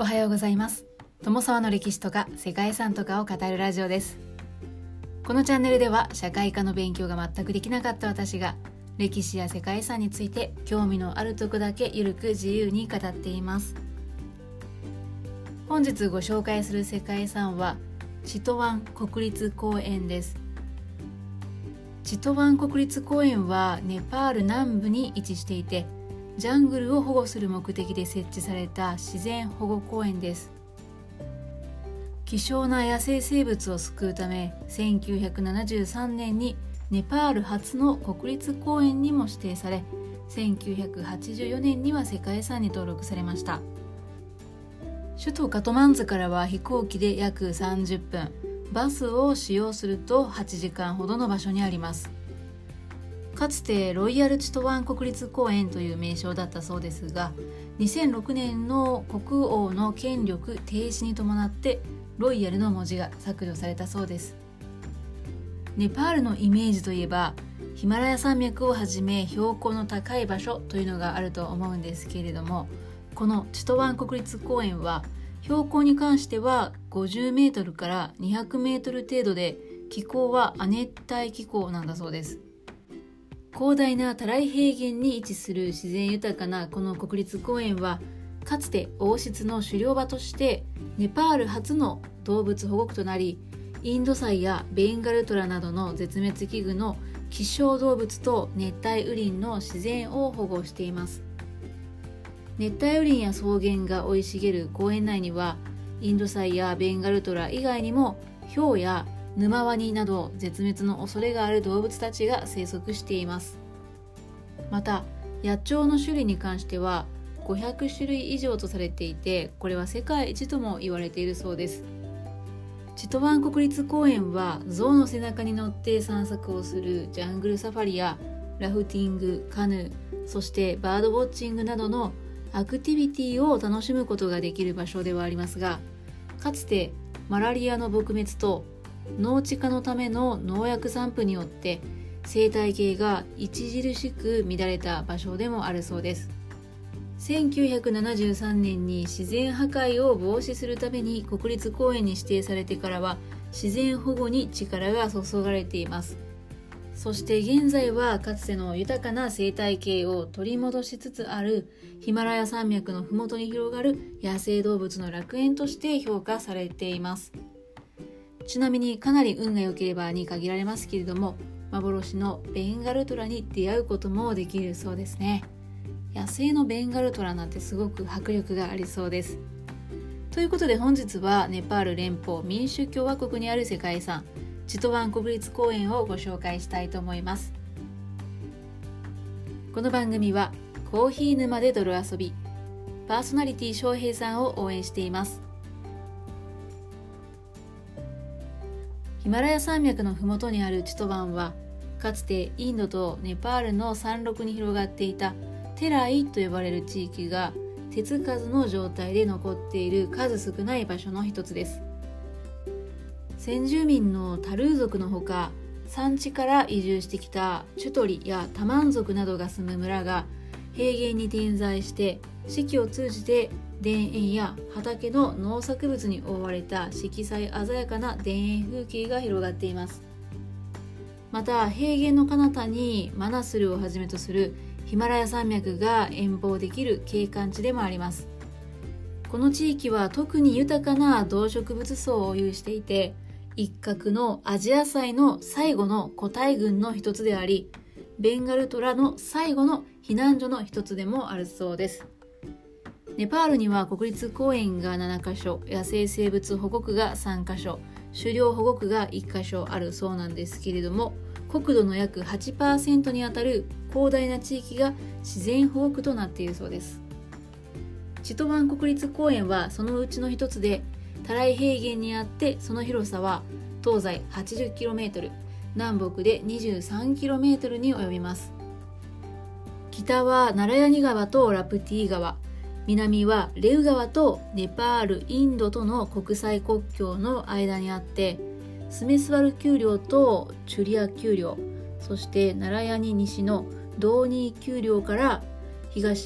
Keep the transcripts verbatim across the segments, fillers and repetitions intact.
はようございます。友沢の歴史とか世界遺産とかを語るラジオです。このチャンネルでは社会科の勉強が全くできなかった私が歴史や世界遺産について興味のあるとこだけゆるく自由に語っています。本日ご紹介する世界遺産はチトワン国立公園です。チトワン国立公園はネパール南部に位置していて、ジャングルを保護する目的で設置された自然保護公園です。希少な野生生物を救うため、せんきゅうひゃくななじゅうさんねんにネパール初の国立公園にも指定され、せんきゅうひゃくはちじゅうよねんには世界遺産に登録されました。首都カトマンズからは飛行機で約さんじゅっぷん、バスを使用するとはちじかんほどの場所にあります。かつてロイヤルチトワン国立公園という名称だったそうですが、にせんろくねんの国王の権力停止に伴ってロイヤルの文字が削除されたそうです。ネパールのイメージといえばヒマラヤ山脈をはじめ標高の高い場所というのがあると思うんですけれども、このチトワン国立公園は標高に関してはごじゅうメートルからにひゃくメートル程度で、気候は亜熱帯気候なんだそうです。広大なタライ平原に位置する自然豊かなこの国立公園は、かつて王室の狩猟場としてネパール初の動物保護区となり、インドサイやベンガルトラなどの絶滅危惧の希少動物と熱帯雨林の自然を保護しています。熱帯雨林や草原が生い茂る公園内には、インドサイやベンガルトラ以外にもヒョウや沼ワニなど絶滅の恐れがある動物たちが生息しています。また野鳥の種類に関してはごひゃくしゅるい以上とされていて、これは世界一とも言われているそうです。チトワン国立公園は象の背中に乗って散策をするジャングルサファリやラフティング、カヌー、そしてバードウォッチングなどのアクティビティを楽しむことができる場所ではありますが、かつてマラリアの撲滅と農地化のための農薬散布によって生態系が著しく乱れた場所でもあるそうです。せんきゅうひゃくななじゅうさんねんに自然破壊を防止するために国立公園に指定されてからは、自然保護に力が注がれています。そして現在はかつての豊かな生態系を取り戻しつつあるヒマラヤ山脈のふもとに広がる野生動物の楽園として評価されています。ちなみにかなり運が良ければに限られますけれども、幻のベンガルトラに出会うこともできるそうですね。野生のベンガルトラなんてすごく迫力がありそうです。ということで本日はネパール連邦民主共和国にある世界遺産チトワン国立公園をご紹介したいと思います。この番組はコーヒー沼で泥遊び、パーソナリティ翔平さんを応援しています。ヒマラヤ山脈のふもとにあるチトワンは、かつてインドとネパールの山麓に広がっていたテライと呼ばれる地域が手つかずの状態で残っている数少ない場所の一つです。先住民のタルー族のほか、山地から移住してきたチュトリやタマン族などが住む村が平原に点在して、四季を通じて田園や畑の農作物に覆われた色彩鮮やかな田園風景が広がっています。また平原の彼方にマナスルをはじめとするヒマラヤ山脈が遠望できる景観地でもあります。この地域は特に豊かな動植物層を有していて、一角のアジアサイの最後の個体群の一つであり、ベンガルトラの最後の避難所の一つでもあるそうです。ネパールには国立公園がななかしょ、野生生物保護区がさんかしょ、狩猟保護区がいっかしょあるそうなんですけれども、国土の約 はちパーセント にあたる広大な地域が自然保護区となっているそうです。チトワン国立公園はそのうちの一つで、タライ平原にあって、その広さは東西 はちじゅっキロメートル、南北で にじゅうさんキロメートル に及びます。北はナラヤニ川とラプティ川、南はレウ川とネパール、インドとの国際国境の間にあって、スメスワル丘陵とチュリア丘陵、そしてナラヤニ西のドーニー丘陵から東は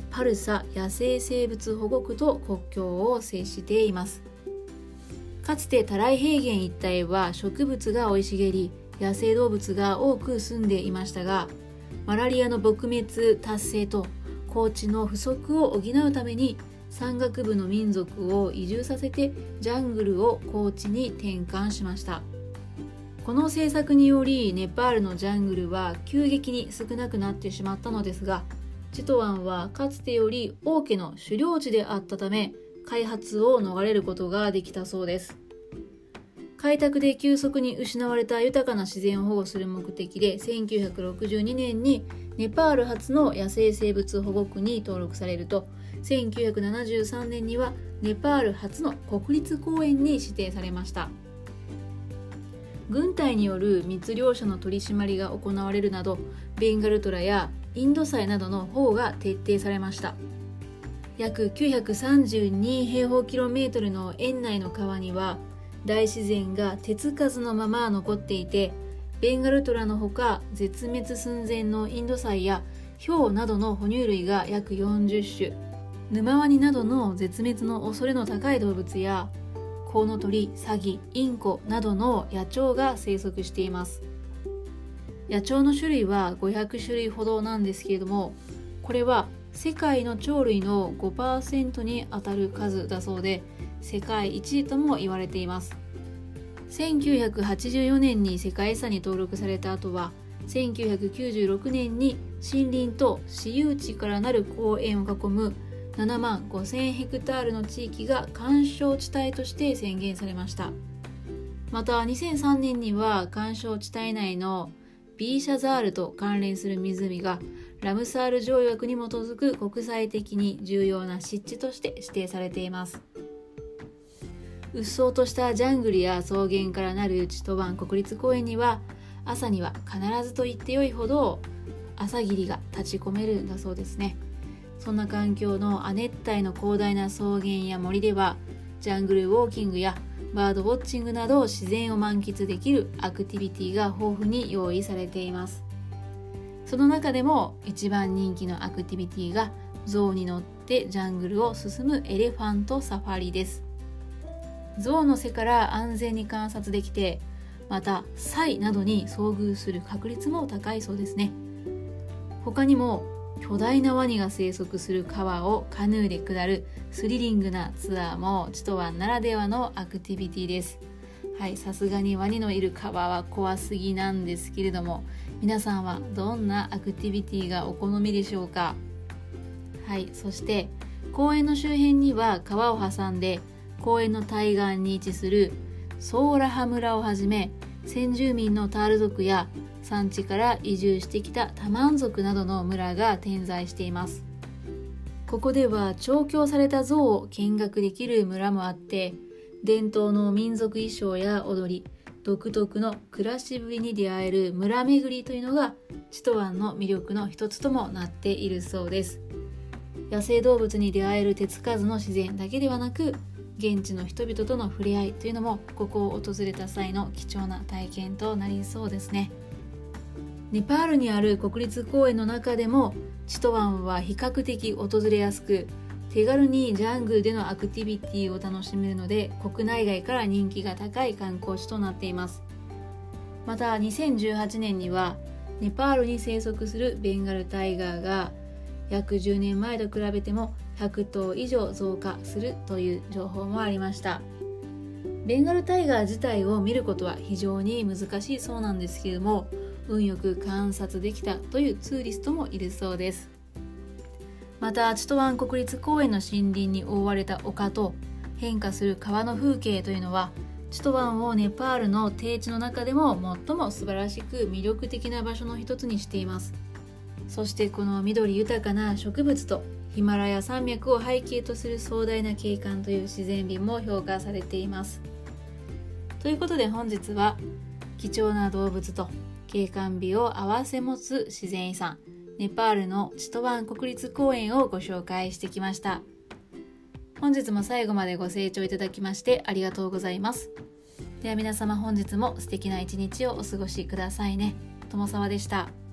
パルサ野生生物保護区と国境を接しています。かつてタライ平原一帯は植物が生い茂り、野生動物が多く住んでいましたが、マラリアの撲滅達成と高地の不足を補うために山岳部の民族を移住させてジャングルを高地に転換しました。この政策によりネパールのジャングルは急激に少なくなってしまったのですが、チトワンはかつてより王家の狩猟地であったため開発を逃れることができたそうです。開拓で急速に失われた豊かな自然を保護する目的でせんきゅうひゃくろくじゅうにねんにネパール初の野生生物保護区に登録されると、せんきゅうひゃくななじゅうさんねんにはネパール初の国立公園に指定されました。軍隊による密猟者の取り締まりが行われるなど、ベンガルトラやインドサイなどの保護が徹底されました。約きゅうひゃくさんじゅうに平方キロメートルの園内の川には大自然が手つかずのまま残っていて、ベンガルトラのほか絶滅寸前のインドサイやヒョウなどの哺乳類が約よんじゅっしゅ、沼ワニなどの絶滅の恐れの高い動物やコウノトリ、サギ、インコなどの野鳥が生息しています。野鳥の種類はごひゃくしゅるいほどなんですけれども、これは世界の鳥類の ごパーセント にあたる数だそうで、世界一とも言われています。せんきゅうひゃくはちじゅうよねんに世界遺産に登録された後は、せんきゅうひゃくきゅうじゅうろくねんに森林と私有地からなる公園を囲むななまんごせんヘクタールの地域が緩衝地帯として宣言されました。またにせんさんねんには緩衝地帯内のビーシャザールと関連する湖がラムサール条約に基づく国際的に重要な湿地として指定されています。うっそうとしたジャングルや草原からなるチトワン国立公園には、朝には必ずと言ってよいほど朝霧が立ち込めるんだそうですね。そんな環境の亜熱帯の広大な草原や森では、ジャングルウォーキングやバードウォッチングなど自然を満喫できるアクティビティが豊富に用意されています。その中でも一番人気のアクティビティが象に乗ってジャングルを進むエレファントサファリです。象の背から安全に観察できて、またサイなどに遭遇する確率も高いそうですね。他にも巨大なワニが生息する川をカヌーで下るスリリングなツアーもチトワンならではのアクティビティです。はい、さすがにワニのいる川は怖すぎなんですけれども、皆さんはどんなアクティビティがお好みでしょうか。はい、そして公園の周辺には川を挟んで公園の対岸に位置するソーラハ村をはじめ、先住民のタール族や産地から移住してきたタマン族などの村が点在しています。ここでは調教された象を見学できる村もあって、伝統の民族衣装や踊り、独特の暮らしぶりに出会える村巡りというのがチトワンの魅力の一つともなっているそうです。野生動物に出会える手つかずの自然だけではなく、現地の人々との触れ合いというのもここを訪れた際の貴重な体験となりそうですね。ネパールにある国立公園の中でもチトワンは比較的訪れやすく、手軽にジャングルでのアクティビティを楽しめるので、国内外から人気が高い観光地となっています。またにせんじゅうはちねんにはネパールに生息するベンガルタイガーが約じゅうねんまえと比べてもひゃくとう以上増加するという情報もありました。ベンガルタイガー自体を見ることは非常に難しいそうなんですけれども、運よく観察できたというツーリストもいるそうです。またチトワン国立公園の森林に覆われた丘と変化する川の風景というのは、チトワンをネパールの低地の中でも最も素晴らしく魅力的な場所の一つにしています。そしてこの緑豊かな植物とヒマラヤ山脈を背景とする壮大な景観という自然美も評価されています。ということで本日は貴重な動物と景観美を併せ持つ自然遺産ネパールのチトワン国立公園をご紹介してきました。本日も最後までご清聴いただきましてありがとうございます。では皆様、本日も素敵な一日をお過ごしくださいね。友沢でした。